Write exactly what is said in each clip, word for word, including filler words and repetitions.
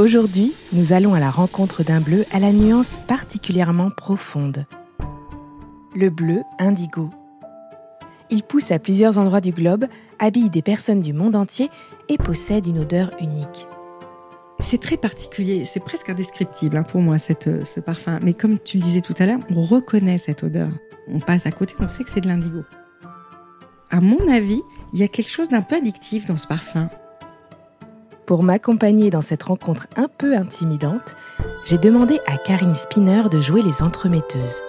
Aujourd'hui, nous allons à la rencontre d'un bleu à la nuance particulièrement profonde. Le bleu indigo. Il pousse à plusieurs endroits du globe, habille des personnes du monde entier et possède une odeur unique. C'est très particulier, c'est presque indescriptible hein, pour moi cette, ce parfum. Mais comme tu le disais tout à l'heure, on reconnaît cette odeur. On passe à côté, on sait que c'est de l'indigo. À mon avis, il y a quelque chose d'un peu addictif dans ce parfum. Pour m'accompagner dans cette rencontre un peu intimidante, j'ai demandé à Karine Spinner de jouer les entremetteuses.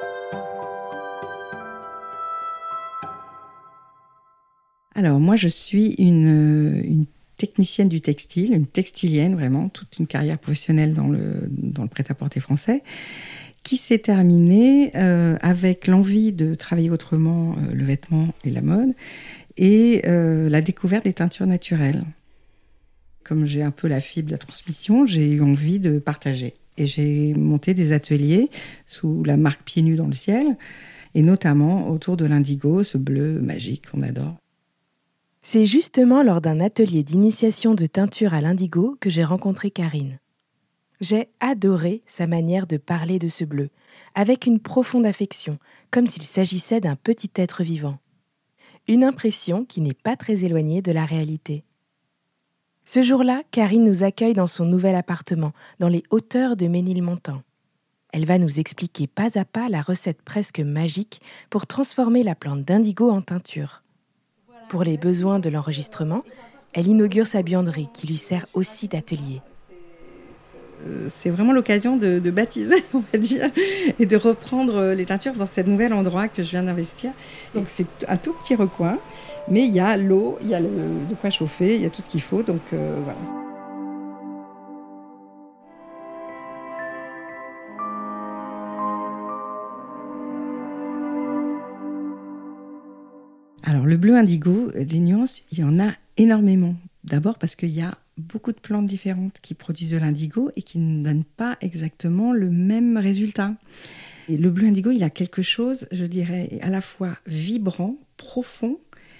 Alors moi, je suis une, une technicienne du textile, une textilienne vraiment, toute une carrière professionnelle dans le, dans le prêt-à-porter français, qui s'est terminée euh, avec l'envie de travailler autrement euh, le vêtement et la mode, et euh, la découverte des teintures naturelles. Comme j'ai un peu la fibre de la transmission, j'ai eu envie de partager. Et j'ai monté des ateliers sous la marque Pieds Nus dans le ciel, et notamment autour de l'indigo, ce bleu magique qu'on adore. C'est justement lors d'un atelier d'initiation de teinture à l'indigo que j'ai rencontré Karine. J'ai adoré sa manière de parler de ce bleu, avec une profonde affection, comme s'il s'agissait d'un petit être vivant. Une impression qui n'est pas très éloignée de la réalité. Ce jour-là, Karine nous accueille dans son nouvel appartement, dans les hauteurs de Ménilmontant. Elle va nous expliquer pas à pas la recette presque magique pour transformer la plante d'indigo en teinture. Pour les besoins de l'enregistrement, elle inaugure sa buanderie qui lui sert aussi d'atelier. C'est vraiment l'occasion de, de baptiser, on va dire, et de reprendre les teintures dans ce nouvel endroit que je viens d'investir. Donc c'est un tout petit recoin, mais il y a l'eau, il y a le, de quoi chauffer, il y a tout ce qu'il faut, donc euh, voilà. Alors le bleu indigo, des nuances, il y en a énormément. D'abord parce qu'il y a beaucoup de plantes différentes qui produisent de l'indigo et qui ne donnent pas exactement le même résultat. Et le bleu indigo, il a quelque chose, je dirais, à la fois vibrant, profond,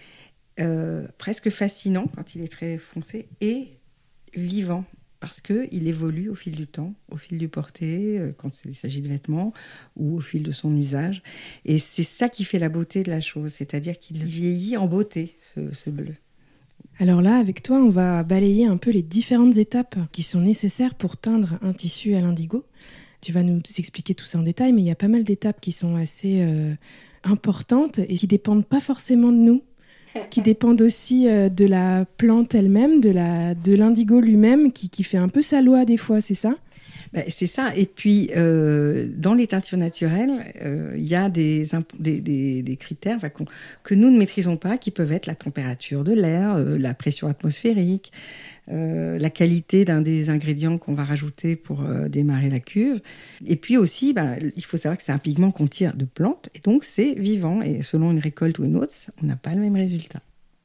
euh, presque fascinant quand il est très foncé, et vivant, parce qu'il évolue au fil du temps, au fil du porté, quand il s'agit de vêtements, ou au fil de son usage. Et c'est ça qui fait la beauté de la chose, c'est-à-dire qu'il vieillit en beauté, ce, ce bleu. Alors là, avec toi, on va balayer un peu les différentes étapes qui sont nécessaires pour teindre un tissu à l'indigo. Tu vas nous expliquer tout ça en détail, mais il y a pas mal d'étapes qui sont assez euh, importantes et qui dépendent pas forcément de nous, qui dépendent aussi euh, de la plante elle-même, de, la, de l'indigo lui-même, qui, qui fait un peu sa loi des fois, c'est ça ? Ben, c'est ça. Et puis, euh, dans les teintures naturelles, il euh, y a des, des, des, des critères enfin, qu'on, que nous ne maîtrisons pas, qui peuvent être la température de l'air, euh, la pression atmosphérique, euh, la qualité d'un des ingrédients qu'on va rajouter pour euh, démarrer la cuve. Et puis aussi, ben, il faut savoir que c'est un pigment qu'on tire de plantes, et donc c'est vivant. Et selon une récolte ou une autre, on n'a pas le même résultat.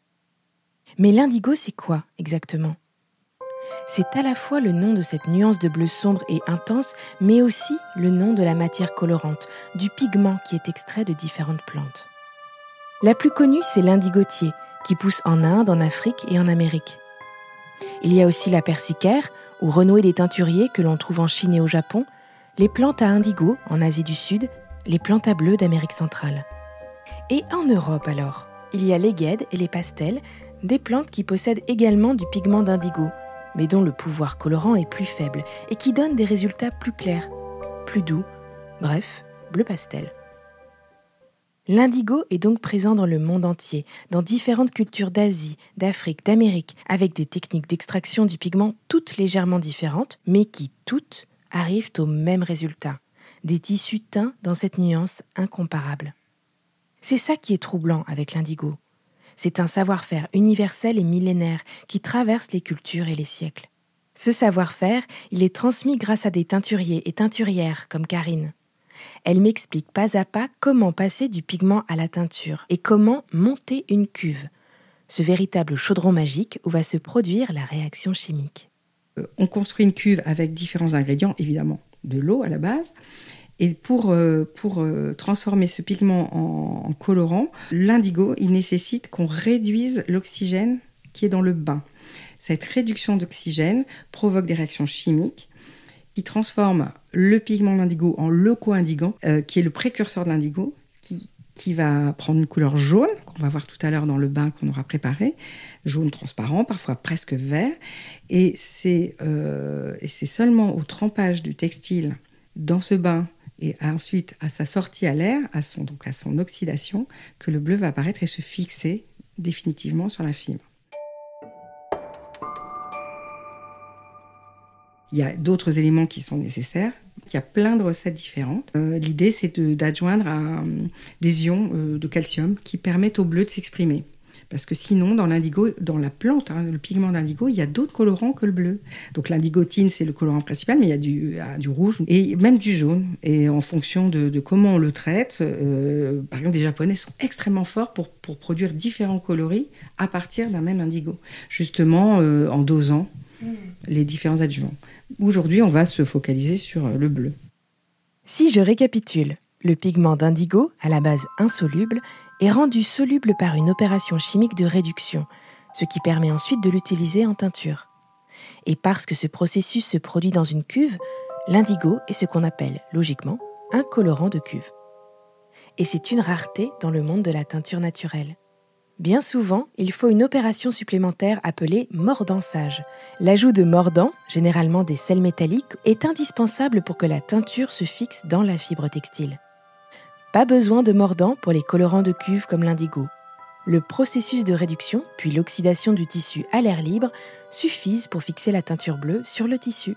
Mais l'indigo, c'est quoi exactement ? C'est à la fois le nom de cette nuance de bleu sombre et intense, mais aussi le nom de la matière colorante, du pigment qui est extrait de différentes plantes. La plus connue, c'est l'indigotier, qui pousse en Inde, en Afrique et en Amérique. Il y a aussi la persicaire, ou renouée des teinturiers que l'on trouve en Chine et au Japon, les plantes à indigo en Asie du Sud, les plantes à bleu d'Amérique centrale. Et en Europe alors, il y a les guèdes et les pastels, des plantes qui possèdent également du pigment d'indigo, mais dont le pouvoir colorant est plus faible et qui donnent des résultats plus clairs, plus doux, bref, bleu pastel. L'indigo est donc présent dans le monde entier, dans différentes cultures d'Asie, d'Afrique, d'Amérique, avec des techniques d'extraction du pigment toutes légèrement différentes, mais qui toutes arrivent au même résultat, des tissus teints dans cette nuance incomparable. C'est ça qui est troublant avec l'indigo. C'est un savoir-faire universel et millénaire qui traverse les cultures et les siècles. Ce savoir-faire, il est transmis grâce à des teinturiers et teinturières comme Karine. Elle m'explique pas à pas comment passer du pigment à la teinture et comment monter une cuve, ce véritable chaudron magique où va se produire la réaction chimique. On construit une cuve avec différents ingrédients, évidemment, de l'eau à la base. Et pour, euh, pour euh, transformer ce pigment en, en colorant, l'indigo, il nécessite qu'on réduise l'oxygène qui est dans le bain. Cette réduction d'oxygène provoque des réactions chimiques qui transforment le pigment d'indigo en leuco-indigo, euh, qui est le précurseur de l'indigo, qui, qui va prendre une couleur jaune, qu'on va voir tout à l'heure dans le bain qu'on aura préparé, jaune transparent, parfois presque vert. Et c'est, euh, et c'est seulement au trempage du textile dans ce bain et ensuite à sa sortie à l'air, à son, donc à son oxydation, que le bleu va apparaître et se fixer définitivement sur la fibre. Il y a d'autres éléments qui sont nécessaires. Il y a plein de recettes différentes. Euh, l'idée, c'est de, d'adjoindre à, euh, des ions euh, de calcium qui permettent au bleu de s'exprimer. Parce que sinon, dans l'indigo, dans la plante, hein, le pigment d'indigo, il y a d'autres colorants que le bleu. Donc l'indigotine, c'est le colorant principal, mais il y a du, du rouge et même du jaune. Et en fonction de, de comment on le traite, euh, par exemple, les Japonais sont extrêmement forts pour, pour produire différents coloris à partir d'un même indigo. Justement, euh, en dosant mmh. les différents adjuvants. Aujourd'hui, on va se focaliser sur le bleu. Si je récapitule, le pigment d'indigo, à la base insoluble, est rendu soluble par une opération chimique de réduction, ce qui permet ensuite de l'utiliser en teinture. Et parce que ce processus se produit dans une cuve, l'indigo est ce qu'on appelle, logiquement, un colorant de cuve. Et c'est une rareté dans le monde de la teinture naturelle. Bien souvent, il faut une opération supplémentaire appelée mordançage. L'ajout de mordants, généralement des sels métalliques, est indispensable pour que la teinture se fixe dans la fibre textile. Pas besoin de mordants pour les colorants de cuve comme l'indigo. Le processus de réduction, puis l'oxydation du tissu à l'air libre, suffisent pour fixer la teinture bleue sur le tissu.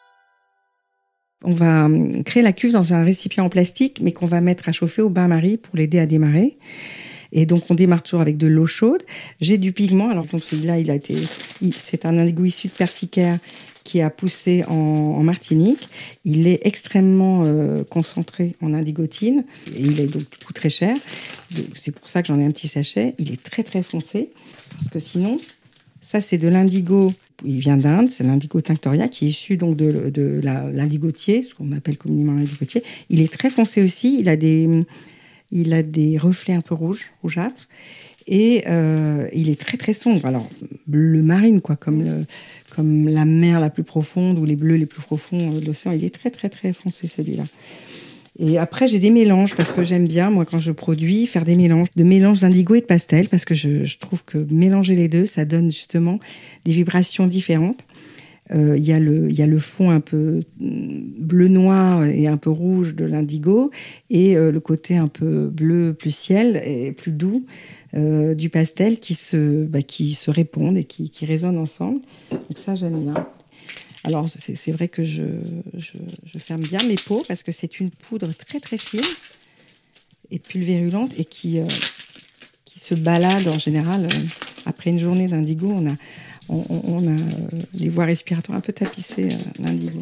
On va créer la cuve dans un récipient en plastique, mais qu'on va mettre à chauffer au bain-marie pour l'aider à démarrer. Et donc, on démarre toujours avec de l'eau chaude. J'ai du pigment. Alors, donc, celui-là, il a été, il, c'est un indigo issu de persicaire qui a poussé en, en Martinique. Il est extrêmement euh, concentré en indigotine et il est donc du coup très cher. C'est pour ça que j'en ai un petit sachet. Il est très, très foncé parce que sinon, ça, c'est de l'indigo. Il vient d'Inde, c'est l'indigo tinctoria qui est issu donc de, de la, l'indigotier, ce qu'on appelle communément l'indigotier. Il est très foncé aussi. Il a des... Il a des reflets un peu rouges, rougeâtres, et euh, il est très très sombre. Alors bleu marine, quoi, comme, le, comme la mer la plus profonde ou les bleus les plus profonds de l'océan. Il est très très très foncé celui-là. Et après j'ai des mélanges parce que j'aime bien moi quand je produis faire des mélanges, de mélanges d'indigo et de pastel parce que je, je trouve que mélanger les deux ça donne justement des vibrations différentes. Il euh, y, y a le fond un peu bleu-noir et un peu rouge de l'indigo et euh, le côté un peu bleu plus ciel et plus doux euh, du pastel qui se, bah, qui se répondent et qui, qui résonnent ensemble. Donc ça, j'aime bien. Alors, c'est, c'est vrai que je, je, je ferme bien mes pots parce que c'est une poudre très, très fine et pulvérulente et qui, euh, qui se balade en général. Euh, après une journée d'indigo, on a... On, on a euh, les voies respiratoires un peu tapissées euh, d'indigo.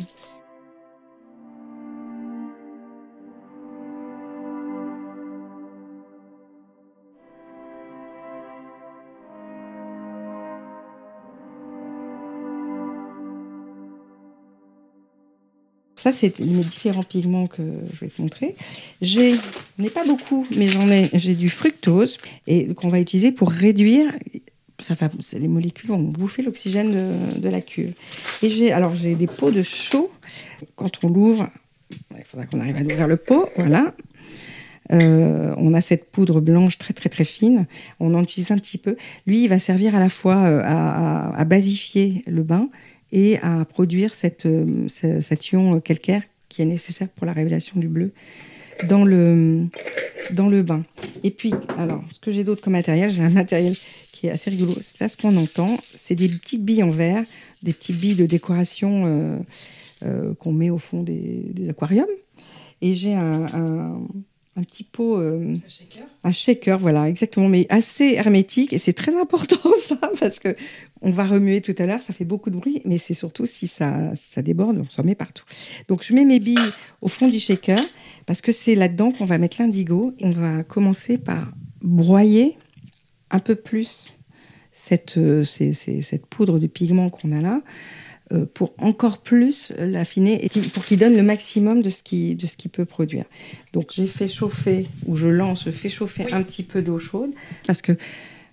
Ça, c'est mes différents pigments que je vais te montrer. J'ai, j'en ai pas beaucoup, mais j'en ai, j'ai du fructose et qu'on va utiliser pour réduire... Ça va, les molécules vont bouffer l'oxygène de, de la cuve. Et j'ai, alors j'ai des pots de chaux. Quand on l'ouvre, il faudra qu'on arrive à ouvrir le pot. Voilà. Euh, on a cette poudre blanche très très très fine. On en utilise un petit peu. Lui, il va servir à la fois à, à, à basifier le bain et à produire cette, cet ion calcaire qui est nécessaire pour la révélation du bleu dans le, dans le bain. Et puis, alors, ce que j'ai d'autre comme matériel, j'ai un matériel qui est assez rigolo. Ça, ce qu'on entend, c'est des petites billes en verre, des petites billes de décoration euh, euh, qu'on met au fond des, des aquariums. Et j'ai un, un, un petit pot... Euh, un shaker Un shaker, voilà, exactement, mais assez hermétique. Et c'est très important, ça, parce que on va remuer tout à l'heure, ça fait beaucoup de bruit, mais c'est surtout si ça, ça déborde, on s'en met partout. Donc, je mets mes billes au fond du shaker, parce que c'est là-dedans qu'on va mettre l'indigo. Et on va commencer par broyer un peu plus cette, euh, c'est, c'est, cette poudre de pigment qu'on a là, euh, pour encore plus l'affiner et pour qu'il donne le maximum de ce qu'il, de ce qu'il peut produire. Donc j'ai fait chauffer, ou je lance, je fais chauffer oui. un petit peu d'eau chaude, parce que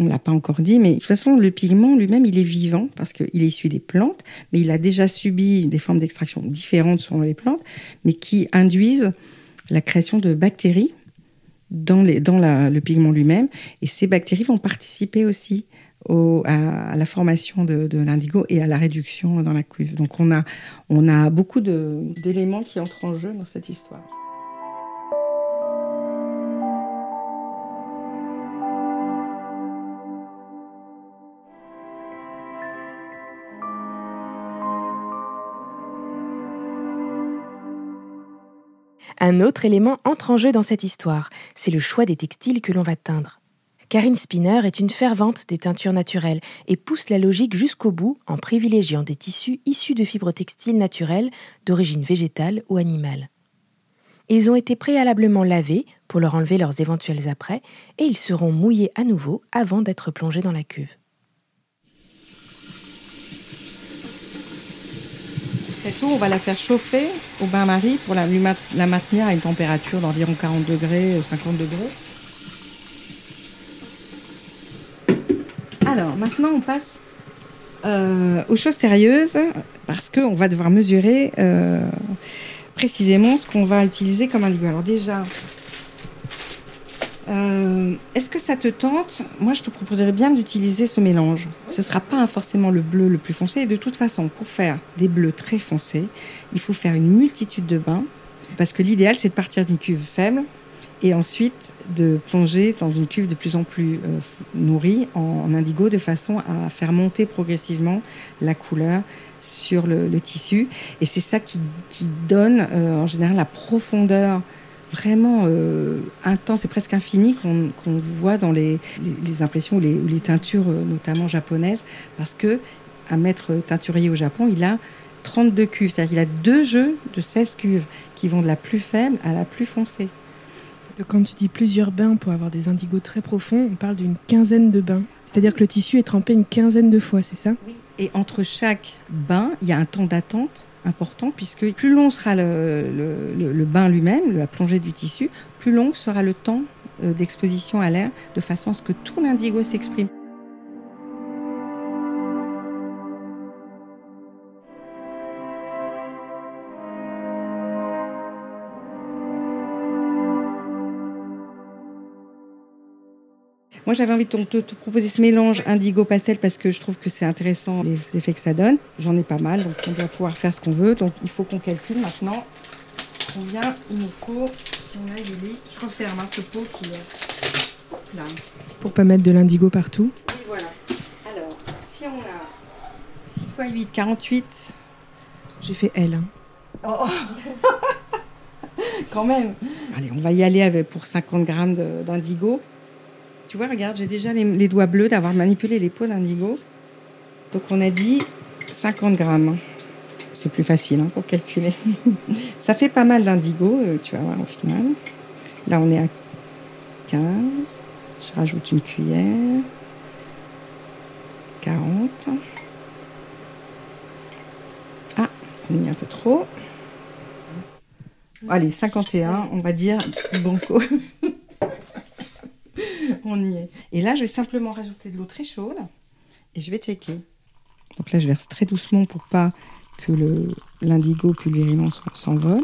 on ne l'a pas encore dit, mais de toute façon, le pigment lui-même, il est vivant parce qu'il est issu des plantes, mais il a déjà subi des formes d'extraction différentes selon les plantes, mais qui induisent la création de bactéries dans, les, dans la, le pigment lui-même. Et ces bactéries vont participer aussi au, à, à la formation de, de l'indigo et à la réduction dans la cuve. Donc on a, on a beaucoup de, d'éléments qui entrent en jeu dans cette histoire. Un autre élément entre en jeu dans cette histoire, c'est le choix des textiles que l'on va teindre. Karine Spinner est une fervente des teintures naturelles et pousse la logique jusqu'au bout en privilégiant des tissus issus de fibres textiles naturelles d'origine végétale ou animale. Ils ont été préalablement lavés pour leur enlever leurs éventuels apprêts et ils seront mouillés à nouveau avant d'être plongés dans la cuve. Cette eau, on va la faire chauffer au bain-marie pour la, la maintenir à une température d'environ quarante degrés, cinquante degrés. Alors, maintenant, on passe euh, aux choses sérieuses parce qu'on va devoir mesurer euh, précisément ce qu'on va utiliser comme indigo. Alors déjà, euh, est-ce que ça te tente ? Moi, je te proposerais bien d'utiliser ce mélange. Ce ne sera pas forcément le bleu le plus foncé. Et de toute façon, pour faire des bleus très foncés, il faut faire une multitude de bains. Parce que l'idéal, c'est de partir d'une cuve faible et ensuite de plonger dans une cuve de plus en plus euh, nourrie en, en indigo, de façon à faire monter progressivement la couleur sur le, le tissu. Et c'est ça qui, qui donne euh, en général la profondeur vraiment euh, intense et presque infinie qu'on, qu'on voit dans les, les, les impressions ou les, ou les teintures, euh, notamment japonaises. Parce que un maître teinturier au Japon, il a trente-deux cuves, c'est-à-dire qu'il a deux jeux de seize cuves qui vont de la plus faible à la plus foncée. Donc quand tu dis plusieurs bains pour avoir des indigos très profonds, on parle d'une quinzaine de bains. C'est-à-dire que le tissu est trempé une quinzaine de fois, c'est ça ? Oui. Et entre chaque bain, il y a un temps d'attente important, puisque plus long sera le, le, le, le bain lui-même, la plongée du tissu, plus long sera le temps d'exposition à l'air, de façon à ce que tout l'indigo s'exprime. Moi, j'avais envie de te, te proposer ce mélange indigo-pastel parce que je trouve que c'est intéressant les effets que ça donne. J'en ai pas mal, donc on doit pouvoir faire ce qu'on veut. Donc il faut qu'on calcule maintenant combien il nous faut si on a des litres. Je referme hein, ce pot qui est là. Pour pas mettre de l'indigo partout. Oui, voilà. Alors, si on a six fois huit, quarante-huit. J'ai fait L. Hein. Oh Quand même. Allez, on va y aller avec, pour cinquante grammes de, d'indigo. Tu vois, regarde, j'ai déjà les, les doigts bleus d'avoir manipulé les pots d'indigo. Donc, on a dit cinquante grammes. C'est plus facile hein, pour calculer. Ça fait pas mal d'indigo, euh, tu vas voir au final. Là, on est à quinze. Je rajoute une cuillère. quarante. Ah, on a mis un peu trop. Allez, cinquante et un, on va dire banco. On y est. Et là, je vais simplement rajouter de l'eau très chaude et je vais checker. Donc là, je verse très doucement pour pas que le, l'indigo pulvérisant s'envole.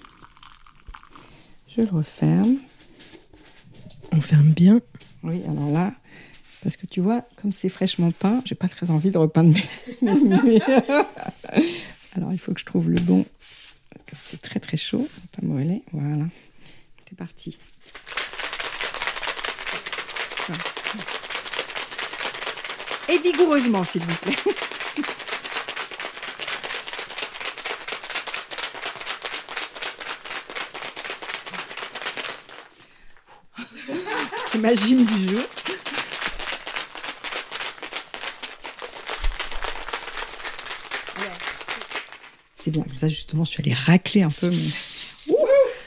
Je le referme. On ferme bien. Oui, alors là, parce que tu vois, comme c'est fraîchement peint, j'ai pas très envie de repeindre mes murs. Alors, il faut que je trouve le bon. C'est très très chaud, pas brûler. Voilà, c'est parti. Et vigoureusement, s'il vous plaît. C'est ma gym du jeu. C'est bien, comme ça justement, je suis allée racler un peu. Mais...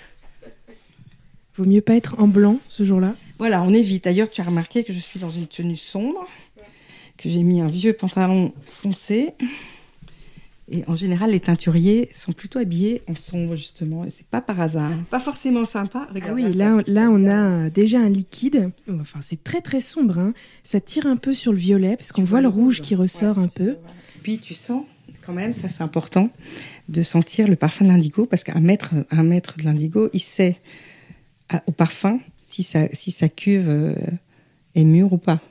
Vaut mieux pas être en blanc ce jour-là. Voilà, on évite. D'ailleurs, tu as remarqué que je suis dans une tenue sombre, que j'ai mis un vieux pantalon foncé. Et en général, les teinturiers sont plutôt habillés en sombre, justement. Et c'est pas par hasard. Pas forcément sympa. Regarde, ah oui, là, là, là on a déjà un liquide. Enfin, c'est très, très sombre. Hein. Ça tire un peu sur le violet, parce qu'on voit le rouge qui ressort ouais, un peu. Puis, tu sens, quand même, ça c'est important, de sentir le parfum de l'indigo, parce qu'un maître, un maître de l'indigo, il sait à, au parfum si sa, si sa cuve euh, est mûre ou pas.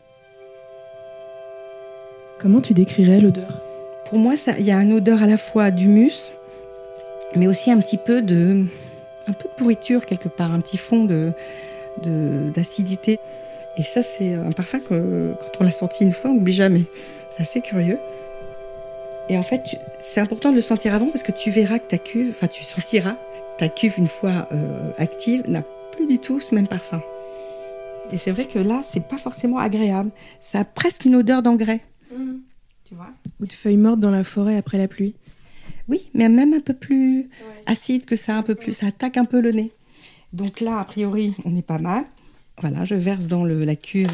Comment tu décrirais l'odeur ? Pour moi, il y a une odeur à la fois d'humus, mais aussi un petit peu de, un peu de pourriture quelque part, un petit fond de, de, d'acidité. Et ça, c'est un parfum que quand on l'a senti une fois, on n'oublie jamais. C'est assez curieux. Et en fait, tu, c'est important de le sentir avant parce que tu verras que ta cuve, enfin tu sentiras ta cuve une fois euh, active, n'a plus du tout ce même parfum. Et c'est vrai que là, c'est pas forcément agréable. Ça a presque une odeur d'engrais. Mmh. Tu vois ? Ou de feuilles mortes dans la forêt après la pluie. Oui, mais même un peu plus ouais. acide que ça, un peu plus, ça attaque un peu le nez. Donc là, a priori, on est pas mal. Voilà, je verse dans le, la cuve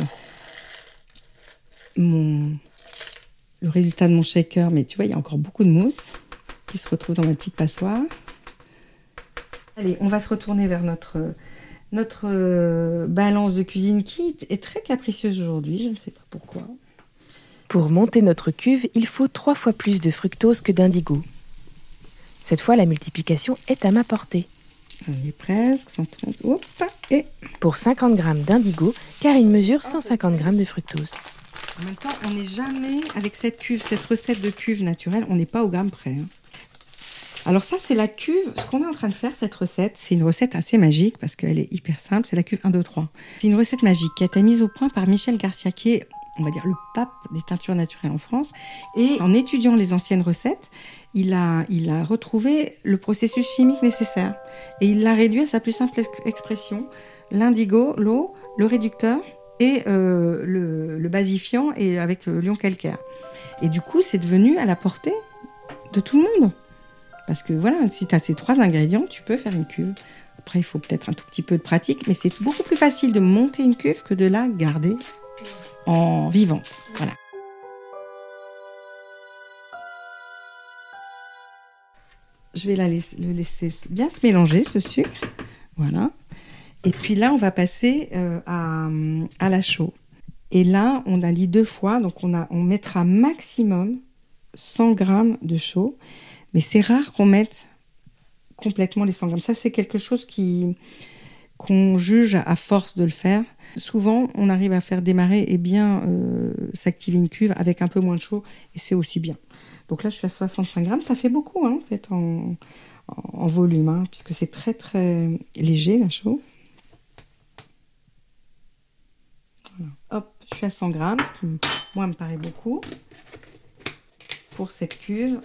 mon, le résultat de mon shaker, mais tu vois, il y a encore beaucoup de mousse qui se retrouve dans ma petite passoire. Allez, on va se retourner vers notre, notre euh, balance de cuisine qui est très capricieuse aujourd'hui, je ne sais pas pourquoi. Pour monter notre cuve, il faut trois fois plus de fructose que d'indigo. Cette fois, la multiplication est à ma portée. On y est presque, cent trente, hop, et... Pour cinquante grammes d'indigo, Karine mesure cent cinquante grammes de fructose. En même temps, on n'est jamais, avec cette cuve, cette recette de cuve naturelle, on n'est pas au gramme près. Hein. Alors ça, c'est la cuve, ce qu'on est en train de faire, cette recette, c'est une recette assez magique, parce qu'elle est hyper simple, c'est la cuve un, deux, trois. C'est une recette magique qui a été mise au point par Michel Garcia, qui est, on va dire, le pape des teintures naturelles en France. Et en étudiant les anciennes recettes, il a, il a retrouvé le processus chimique nécessaire. Et il l'a réduit à sa plus simple ex- expression. L'indigo, l'eau, le réducteur et euh, le, le basifiant et avec le lion calcaire. Et du coup, c'est devenu à la portée de tout le monde. Parce que voilà, si tu as ces trois ingrédients, tu peux faire une cuve. Après, il faut peut-être un tout petit peu de pratique, mais c'est beaucoup plus facile de monter une cuve que de la garder en vivante. Voilà. Je vais la laisser, le laisser bien se mélanger, ce sucre. Voilà. Et puis là, on va passer euh, à, à la chaux. Et là, on a dit deux fois, donc on, a, on mettra maximum cent grammes de chaux. Mais c'est rare qu'on mette complètement les cent grammes. Ça, c'est quelque chose qui, qu'on juge à force de le faire. Souvent, on arrive à faire démarrer et bien euh, s'activer une cuve avec un peu moins de chaux, et c'est aussi bien. Donc là, je suis à soixante-cinq grammes. Ça fait beaucoup, hein, en fait, en, en, en volume, hein, puisque c'est très, très léger, la chaux. Voilà. Hop, je suis à cent grammes, ce qui, moi, me paraît beaucoup pour cette cuve.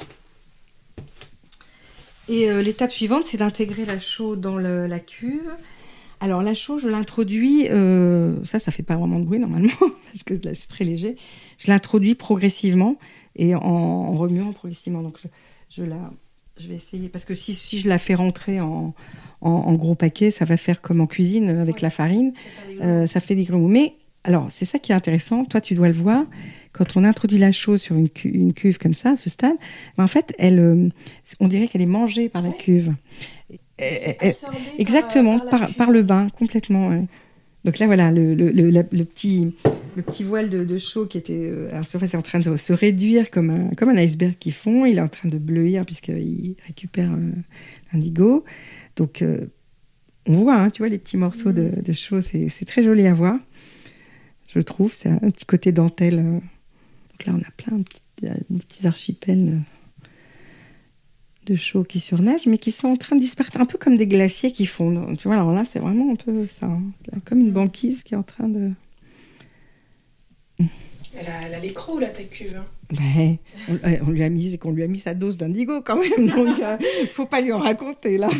Et euh, l'étape suivante, c'est d'intégrer la chaux dans le, la cuve. Alors la chaux, je l'introduis, euh, ça, ça fait pas vraiment de bruit normalement, parce que là, c'est très léger. Je l'introduis progressivement et en, en remuant progressivement. Donc je, je, la, je vais essayer, parce que si, si je la fais rentrer en, en, en gros paquet, ça va faire comme en cuisine avec ouais, la farine, euh, ça fait des grenouilles. Mais alors, c'est ça qui est intéressant, toi tu dois le voir, quand on introduit la chaux sur une, cu- une cuve comme ça, à ce stade, ben en fait, elle, euh, on dirait qu'elle est mangée par la ouais. cuve. Elle, elle, exactement, par, par, par, par le bain, complètement. Ouais. Donc là, voilà, le, le, le, le, petit, le petit voile de, de chaux qui était euh, à la surface est en train de se réduire comme un, comme un iceberg qui fond. Il est en train de bleuir puisqu'il récupère euh, l'indigo. Donc, euh, on voit, hein, tu vois, les petits morceaux mmh. de, de chaux, c'est, c'est très joli à voir. Je trouve, c'est un petit côté dentelle. Donc là, on a plein de petits, de petits archipels de chaux qui surnagent, mais qui sont en train de disparaître, un peu comme des glaciers qui fondent. Tu vois, alors là, c'est vraiment un peu ça, hein. Comme une banquise qui est en train de... Elle a, elle a les crocs, là, ta cuve. Hein. Ben, on, on, lui a mis, qu'on lui a mis sa dose d'indigo, quand même, donc il euh, ne faut pas lui en raconter, là.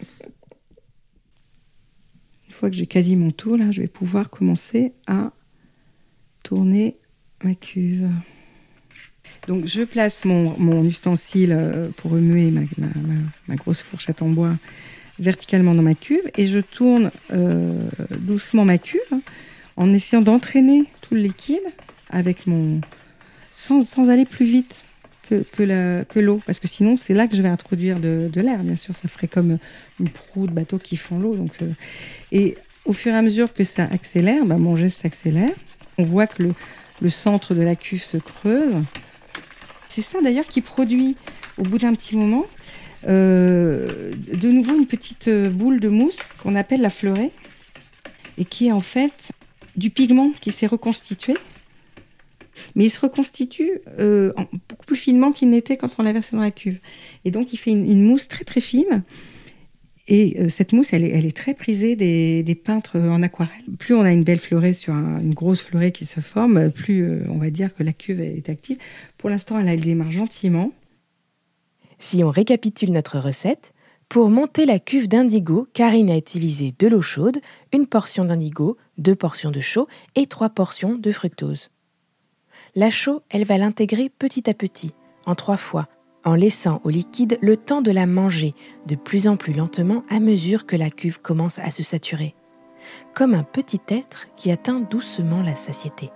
Une fois que j'ai quasi mon tour, là, je vais pouvoir commencer à tourner ma cuve. Donc je place mon, mon ustensile pour remuer ma, ma, ma, ma grosse fourchette en bois verticalement dans ma cuve et je tourne euh, doucement ma cuve en essayant d'entraîner tout le liquide avec mon, sans, sans aller plus vite que, que, la, que l'eau, parce que sinon c'est là que je vais introduire de, de l'air, bien sûr, ça ferait comme une proue de bateau qui font l'eau. Donc, euh, et au fur et à mesure que ça accélère, bah, mon geste s'accélère, on voit que le, le centre de la cuve se creuse. C'est ça d'ailleurs qui produit, au bout d'un petit moment, euh, de nouveau une petite boule de mousse qu'on appelle la fleurée, et qui est en fait du pigment qui s'est reconstitué. Mais il se reconstitue euh, en, beaucoup plus finement qu'il n'était quand on l'a versé dans la cuve. Et donc, il fait une, une mousse très, très fine. Et euh, cette mousse, elle est, elle est très prisée des, des peintres en aquarelle. Plus on a une belle fleurée sur un, une grosse fleurée qui se forme, plus euh, on va dire que la cuve est active. Pour l'instant, elle, elle démarre gentiment. Si on récapitule notre recette, pour monter la cuve d'indigo, Karine a utilisé de l'eau chaude, une portion d'indigo, deux portions de chaux et trois portions de fructose. La chaux, elle va l'intégrer petit à petit, en trois fois, en laissant au liquide le temps de la manger, de plus en plus lentement à mesure que la cuve commence à se saturer, comme un petit être qui atteint doucement la satiété.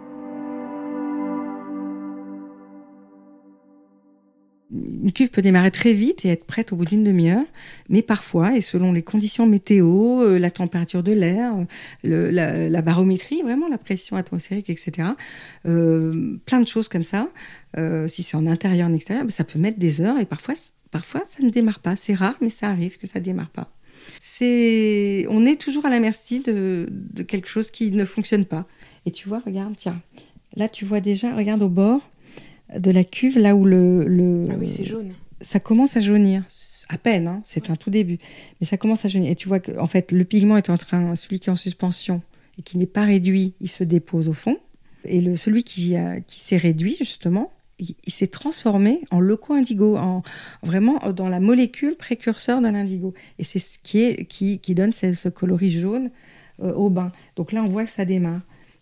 Une cuve peut démarrer très vite et être prête au bout d'une demi-heure, mais parfois, et selon les conditions météo, euh, la température de l'air, le, la, la barométrie, vraiment la pression atmosphérique, et cetera, euh, plein de choses comme ça, euh, si c'est en intérieur, en extérieur, ça peut mettre des heures et parfois, parfois ça ne démarre pas. C'est rare, mais ça arrive que ça ne démarre pas. C'est... On est toujours à la merci de, de quelque chose qui ne fonctionne pas. Et tu vois, regarde, tiens, là tu vois déjà, regarde au bord de la cuve, là où le, le... Ah oui, c'est jaune. Ça commence à jaunir, à peine, hein, c'est un tout début, mais ça commence à jaunir. Et tu vois que, en fait, le pigment est en train, celui qui est en suspension et qui n'est pas réduit, il se dépose au fond. Et le, celui qui, a, qui s'est réduit, justement, il, il s'est transformé en loco-indigo, en, vraiment dans la molécule précurseur de l'indigo. Et c'est ce qui, est, qui, qui donne ce, ce coloris jaune euh, au bain. Donc là, on voit que ça démarre.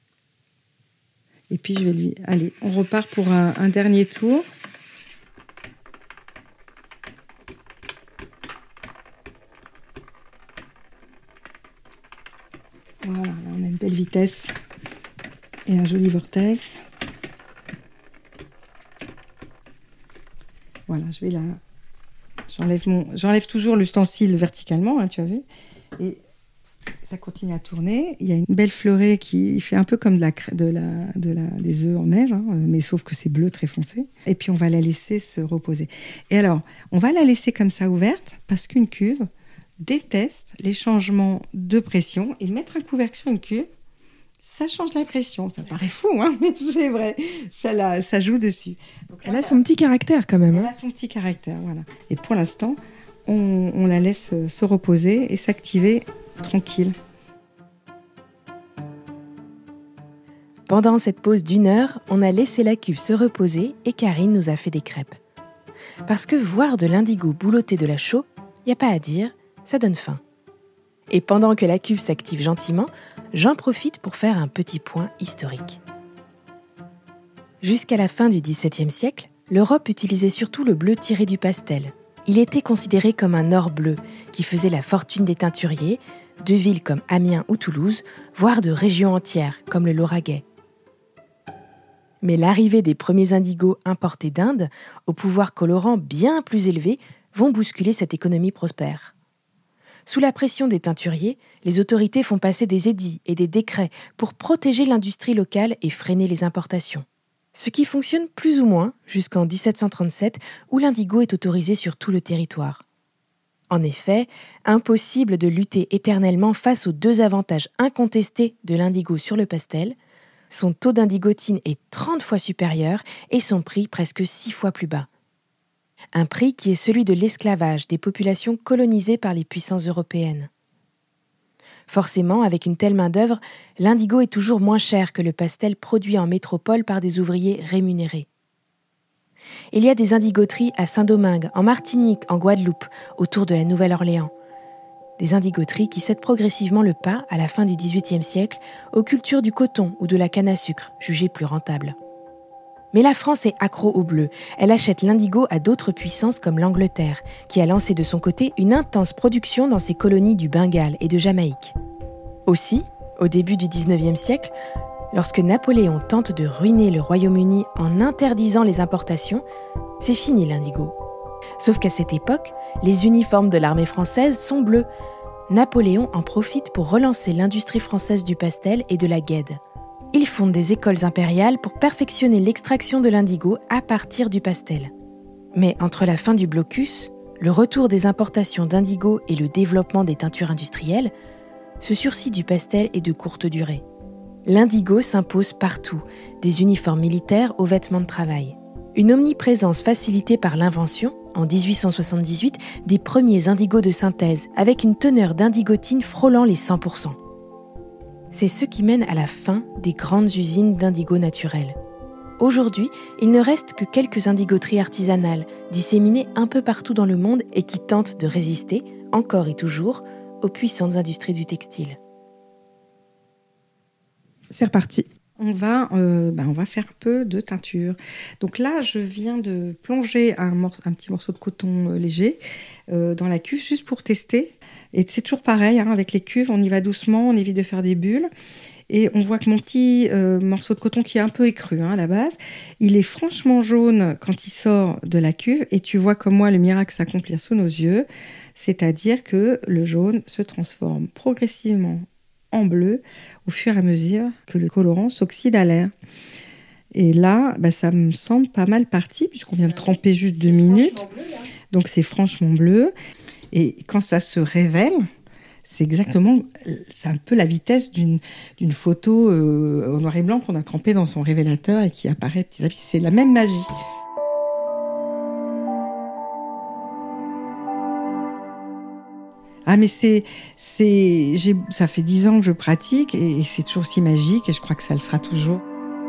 Et puis, je vais lui... Allez, on repart pour un, un dernier tour. Voilà, là, on a une belle vitesse et un joli vortex. Voilà, je vais là... J'enlève, mon... J'enlève toujours l'ustensile verticalement, hein, tu as vu. Et... ça continue à tourner. Il y a une belle fleurée qui fait un peu comme de la, de la, de la, des œufs en neige, hein, mais sauf que c'est bleu très foncé. Et puis on va la laisser se reposer. Et alors, on va la laisser comme ça ouverte parce qu'une cuve déteste les changements de pression. Et mettre un couvercle sur une cuve, ça change la pression. Ça paraît fou, hein, mais c'est vrai. Ça, la, ça joue dessus. Donc, elle là, a son petit caractère quand même. Elle hein. a son petit caractère, voilà. Et pour l'instant, on, on la laisse se reposer et s'activer tranquille. Pendant cette pause d'une heure, on a laissé la cuve se reposer et Karine nous a fait des crêpes. Parce que voir de l'indigo boulotter de la chaux, il n'y a pas à dire, ça donne faim. Et pendant que la cuve s'active gentiment, j'en profite pour faire un petit point historique. Jusqu'à la fin du dix-septième siècle, l'Europe utilisait surtout le bleu tiré du pastel. Il était considéré comme un or bleu qui faisait la fortune des teinturiers, de villes comme Amiens ou Toulouse, voire de régions entières comme le Lauragais. Mais l'arrivée des premiers indigos importés d'Inde, au pouvoir colorant bien plus élevé, vont bousculer cette économie prospère. Sous la pression des teinturiers, les autorités font passer des édits et des décrets pour protéger l'industrie locale et freiner les importations. Ce qui fonctionne plus ou moins jusqu'en dix-sept cent trente-sept, où l'indigo est autorisé sur tout le territoire. En effet, impossible de lutter éternellement face aux deux avantages incontestés de l'indigo sur le pastel. Son taux d'indigotine est trente fois supérieur et son prix presque six fois plus bas. Un prix qui est celui de l'esclavage des populations colonisées par les puissances européennes. Forcément, avec une telle main-d'œuvre, l'indigo est toujours moins cher que le pastel produit en métropole par des ouvriers rémunérés. Il y a des indigoteries à Saint-Domingue, en Martinique, en Guadeloupe, autour de la Nouvelle-Orléans. Des indigoteries qui cèdent progressivement le pas, à la fin du dix-huitième siècle, aux cultures du coton ou de la canne à sucre, jugées plus rentables. Mais la France est accro au bleu. Elle achète l'indigo à d'autres puissances comme l'Angleterre, qui a lancé de son côté une intense production dans ses colonies du Bengale et de Jamaïque. Aussi, au début du dix-neuvième siècle, Lorsque Napoléon tente de ruiner le Royaume-Uni en interdisant les importations, c'est fini l'indigo. Sauf qu'à cette époque, les uniformes de l'armée française sont bleus. Napoléon en profite pour relancer l'industrie française du pastel et de la guède. Il fonde des écoles impériales pour perfectionner l'extraction de l'indigo à partir du pastel. Mais entre la fin du blocus, le retour des importations d'indigo et le développement des teintures industrielles, ce sursis du pastel est de courte durée. L'indigo s'impose partout, des uniformes militaires aux vêtements de travail. Une omniprésence facilitée par l'invention, en dix-huit cent soixante-dix-huit, des premiers indigos de synthèse, avec une teneur d'indigotine frôlant les cent pour cent. C'est ce qui mène à la fin des grandes usines d'indigo naturel. Aujourd'hui, il ne reste que quelques indigoteries artisanales, disséminées un peu partout dans le monde et qui tentent de résister, encore et toujours, aux puissantes industries du textile. C'est reparti. On va, euh, ben on va faire un peu de teinture. Donc là, je viens de plonger un, morce- un petit morceau de coton euh, léger euh, dans la cuve juste pour tester. Et c'est toujours pareil, hein, avec les cuves, on y va doucement, on évite de faire des bulles. Et on voit que mon petit euh, morceau de coton qui est un peu écru hein, à la base, il est franchement jaune quand il sort de la cuve. Et tu vois comme moi le miracle s'accomplir sous nos yeux. C'est-à-dire que le jaune se transforme progressivement en bleu au fur et à mesure que le colorant s'oxyde à l'air. Et là, bah, ça me semble pas mal parti puisqu'on vient de tremper juste deux minutes. Bleu, donc c'est franchement bleu. Et quand ça se révèle, c'est exactement, c'est un peu la vitesse d'une, d'une photo euh, au noir et blanc qu'on a trempée dans son révélateur et qui apparaît petit à petit. C'est la même magie. Ah mais c'est, c'est, j'ai, ça fait dix ans que je pratique et, et c'est toujours si magique et je crois que ça le sera toujours.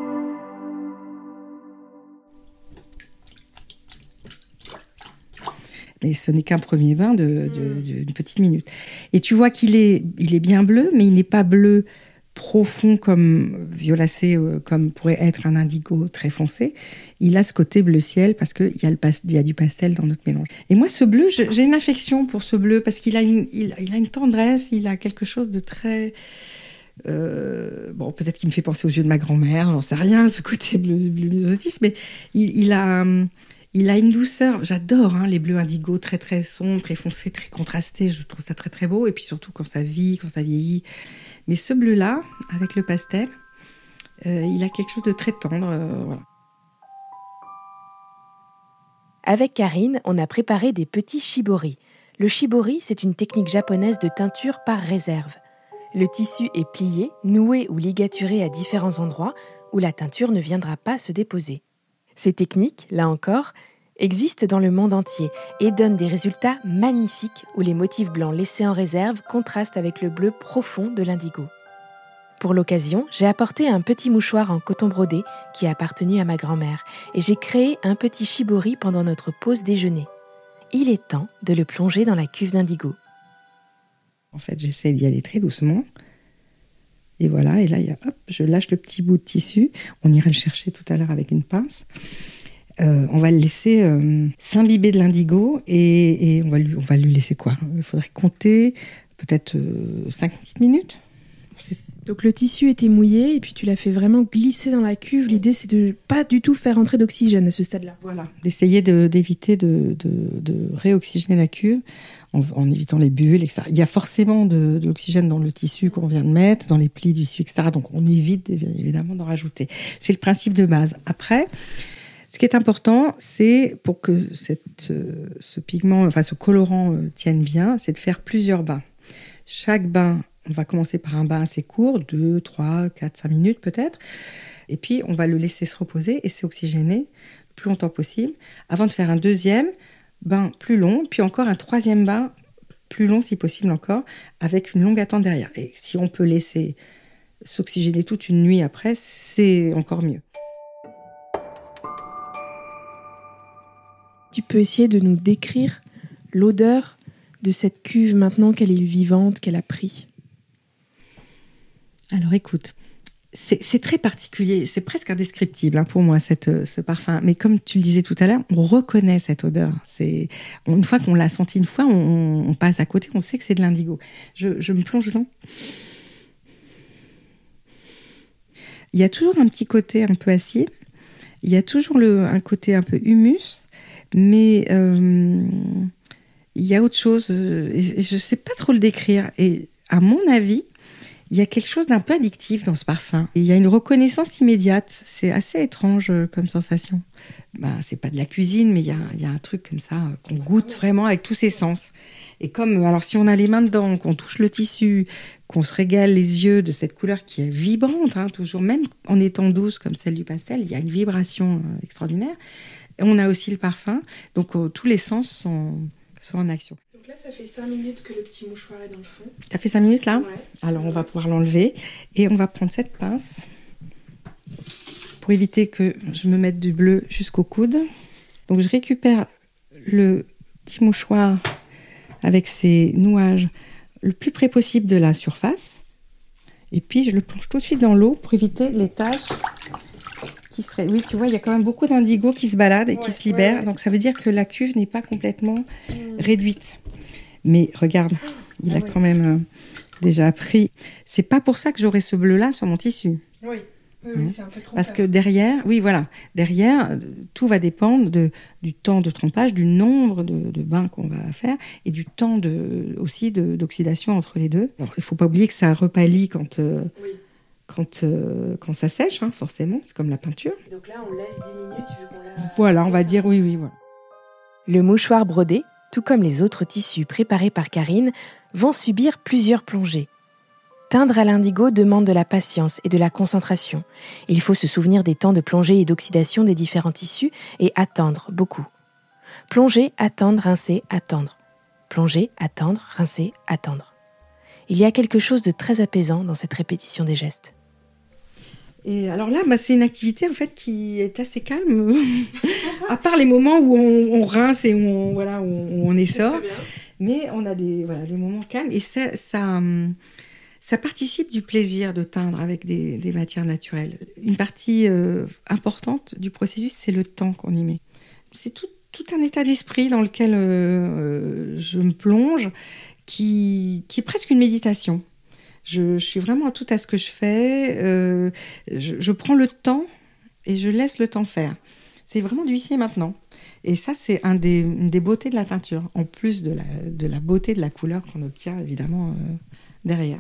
Mais ce n'est qu'un premier bain de, de, de, d'une petite minute. Et tu vois qu'il est, il est bien bleu, mais il n'est pas bleu profond comme violacé, euh, comme pourrait être un indigo très foncé. Il a ce côté bleu ciel parce qu'il y a, le pas, il y a du pastel dans notre mélange. Et moi, ce bleu, je, j'ai une affection pour ce bleu parce qu'il a une, il, il a une tendresse, il a quelque chose de très... Euh, bon, peut-être qu'il me fait penser aux yeux de ma grand-mère, j'en sais rien, ce côté bleu, bleu myosotis, mais il, il a... Il a une douceur, j'adore hein, les bleus indigo très très sombres, très foncés, très contrastés, je trouve ça très très beau, et puis surtout quand ça vit, quand ça vieillit. Mais ce bleu-là, avec le pastel, euh, il a quelque chose de très tendre. Euh, voilà. Avec Karine, on a préparé des petits shibori. Le shibori, c'est une technique japonaise de teinture par réserve. Le tissu est plié, noué ou ligaturé à différents endroits où la teinture ne viendra pas se déposer. Ces techniques, là encore, existent dans le monde entier et donnent des résultats magnifiques où les motifs blancs laissés en réserve contrastent avec le bleu profond de l'indigo. Pour l'occasion, j'ai apporté un petit mouchoir en coton brodé qui a appartenu à ma grand-mère et j'ai créé un petit shibori pendant notre pause déjeuner. Il est temps de le plonger dans la cuve d'indigo. En fait, j'essaie d'y aller très doucement. Et voilà, et là, il y a, hop, je lâche le petit bout de tissu. On ira le chercher tout à l'heure avec une pince. Euh, on va le laisser euh, s'imbiber de l'indigo et, et on, va lui, on va lui laisser quoi ? Il faudrait compter peut-être euh, cinq petites minutes. C'est... Donc le tissu était mouillé et puis tu l'as fait vraiment glisser dans la cuve. L'idée, c'est de pas du tout faire entrer d'oxygène à ce stade-là. Voilà, d'essayer de, d'éviter de, de, de réoxygéner la cuve en, en évitant les bulles, et cetera. Il y a forcément de, de l'oxygène dans le tissu qu'on vient de mettre, dans les plis du tissu, et cetera. Donc on évite évidemment d'en rajouter. C'est le principe de base. Après, ce qui est important, c'est pour que cette, euh, ce pigment, enfin ce colorant euh, tienne bien, c'est de faire plusieurs bains. Chaque bain, on va commencer par un bain assez court, deux, trois, quatre, cinq minutes peut-être. Et puis, on va le laisser se reposer et s'oxygéner le plus longtemps possible avant de faire un deuxième bain plus long, puis encore un troisième bain plus long si possible encore, avec une longue attente derrière. Et si on peut laisser s'oxygéner toute une nuit après, c'est encore mieux. Tu peux essayer de nous décrire l'odeur de cette cuve maintenant qu'elle est vivante, qu'elle a pris. Alors écoute, c'est, c'est très particulier, c'est presque indescriptible hein, pour moi cette, ce parfum. Mais comme tu le disais tout à l'heure, on reconnaît cette odeur. C'est, une fois qu'on l'a senti une fois, on, on passe à côté, on sait que c'est de l'indigo. Je, je me plonge dedans. il y a toujours un petit côté un peu acier, il y a toujours le, un côté un peu humus, mais euh, il y a autre chose, et je ne sais pas trop le décrire. Et à mon avis, il y a quelque chose d'un peu addictif dans ce parfum. Et il y a une reconnaissance immédiate. C'est assez étrange comme sensation. Bah, c'est pas de la cuisine, mais il y a, il y a un truc comme ça qu'on goûte vraiment avec tous ses sens. Et comme, alors si on a les mains dedans, qu'on touche le tissu, qu'on se régale les yeux de cette couleur qui est vibrante, hein, toujours, même en étant douce comme celle du pastel, il y a une vibration euh, extraordinaire. Et on a aussi le parfum. Donc euh, tous les sens sont, sont en action. Donc là, ça fait cinq minutes que le petit mouchoir est dans le fond. Ça fait cinq minutes là ? Ouais. Alors on va pouvoir l'enlever et on va prendre cette pince pour éviter que je me mette du bleu jusqu'au coude. Donc je récupère le petit mouchoir avec ses nouages le plus près possible de la surface et puis je le plonge tout de suite dans l'eau pour éviter les taches qui seraient... Oui, tu vois, il y a quand même beaucoup d'indigo qui se baladent et ouais, qui se libèrent, ouais, ouais. Donc ça veut dire que la cuve n'est pas complètement mmh. réduite. Mais regarde, il ah, a oui. quand même euh, déjà pris. C'est pas pour ça que j'aurai ce bleu-là sur mon tissu. Oui, oui, mmh. oui c'est un peu trop. Parce que derrière, oui, voilà, derrière, tout va dépendre de, du temps de trempage, du nombre de, de bains qu'on va faire et du temps de, aussi de, d'oxydation entre les deux. Alors, il ne faut pas oublier que ça repâlit quand, euh, oui. quand, euh, quand ça sèche, hein, forcément, c'est comme la peinture. Donc là, on laisse dix minutes vu qu'on l'a. Voilà, on va dire oui, oui, voilà. Le mouchoir brodé, tout comme les autres tissus préparés par Karine, vont subir plusieurs plongées. Teindre à l'indigo demande de la patience et de la concentration. Il faut se souvenir des temps de plongée et d'oxydation des différents tissus et attendre beaucoup. Plonger, attendre, rincer, attendre. Plonger, attendre, rincer, attendre. Il y a quelque chose de très apaisant dans cette répétition des gestes. Et alors là, bah, c'est une activité en fait qui est assez calme, à part les moments où on, on rince et où on, voilà, où on essore. Mais on a des, voilà, des moments calmes et ça, ça, ça participe du plaisir de teindre avec des, des matières naturelles. Une partie euh, importante du processus, c'est le temps qu'on y met. C'est tout, tout un état d'esprit dans lequel euh, je me plonge, qui, qui est presque une méditation. Je, je suis vraiment à tout à ce que je fais. Euh, je, je prends le temps et je laisse le temps faire. C'est vraiment du ici et maintenant. Et ça, c'est un des, une des beautés de la teinture, en plus de la, de la beauté de la couleur qu'on obtient évidemment euh, derrière.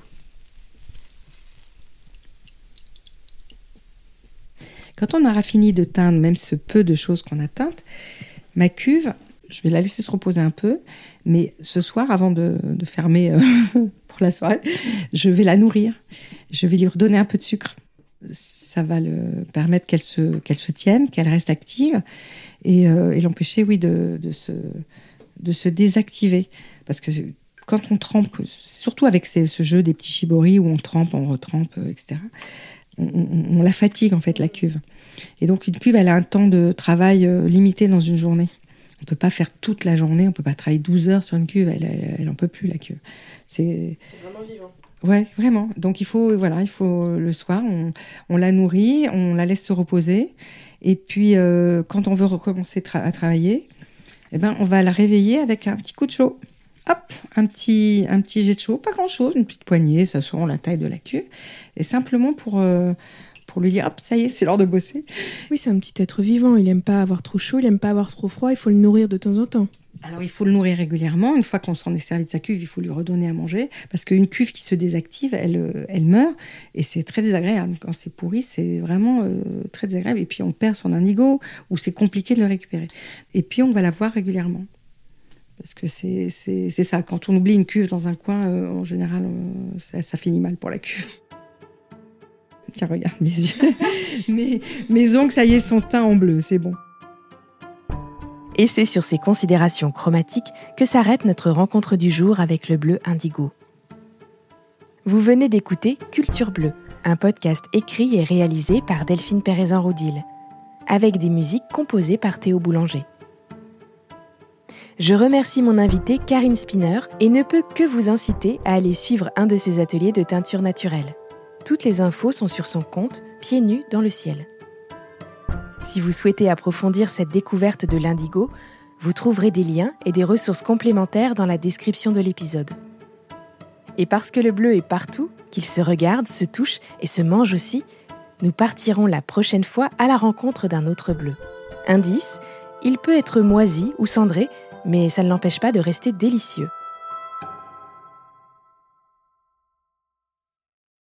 Quand on aura fini de teindre même ce peu de choses qu'on a teintes, ma cuve, je vais la laisser se reposer un peu, mais ce soir, avant de, de fermer... Euh, pour la soirée, je vais la nourrir. Je vais lui redonner un peu de sucre. Ça va le permettre qu'elle se, qu'elle se tienne, qu'elle reste active et, euh, et l'empêcher, oui, de, de, se, de se désactiver. Parce que quand on trempe, surtout avec ces, ce jeu des petits shibori où on trempe, on retrempe, et cetera, on, on, on la fatigue, en fait, la cuve. Et donc, une cuve, elle a un temps de travail euh, limité dans une journée. On ne peut pas faire toute la journée, on ne peut pas travailler douze heures sur une cuve, elle n'en peut plus, la cuve. C'est, c'est vraiment vivant. Oui, vraiment. Donc, il faut, voilà, il faut le soir, on, on la nourrit, on la laisse se reposer. Et puis, euh, quand on veut recommencer tra- à travailler, eh ben, on va la réveiller avec un petit coup de chaud. Hop, un petit, un petit jet de chaud, pas grand-chose, une petite poignée, ça selon la taille de la cuve. Et simplement pour... Euh, pour lui dire, hop, ça y est, c'est l'heure de bosser. Oui, c'est un petit être vivant, il n'aime pas avoir trop chaud, il n'aime pas avoir trop froid, il faut le nourrir de temps en temps. Alors, il faut le nourrir régulièrement. Une fois qu'on s'en est servi de sa cuve, il faut lui redonner à manger, parce qu'une cuve qui se désactive, elle, elle meurt, et c'est très désagréable. Quand c'est pourri, c'est vraiment euh, très désagréable, et puis on perd son indigo, ou c'est compliqué de le récupérer. Et puis, on va la voir régulièrement. Parce que c'est, c'est, c'est ça, quand on oublie une cuve dans un coin, euh, en général, euh, ça, ça finit mal pour la cuve. Tiens, regarde mes yeux. mes, mes ongles, ça y est, sont teints en bleu, c'est bon. Et c'est sur ces considérations chromatiques que s'arrête notre rencontre du jour avec le bleu indigo. Vous venez d'écouter Culture Bleue, un podcast écrit et réalisé par Delphine Pérezan-Roudil, avec des musiques composées par Théo Boulanger. Je remercie mon invitée Karine Spinner et ne peux que vous inciter à aller suivre un de ses ateliers de teinture naturelle. Toutes les infos sont sur son compte Pieds nus dans le ciel. Si vous souhaitez approfondir cette découverte de l'indigo, vous trouverez des liens et des ressources complémentaires dans la description de l'épisode. Et parce que le bleu est partout, qu'il se regarde, se touche et se mange aussi, Nous partirons la prochaine fois à la rencontre d'un autre bleu. Indice, il peut être moisi ou cendré, mais ça ne l'empêche pas de rester délicieux.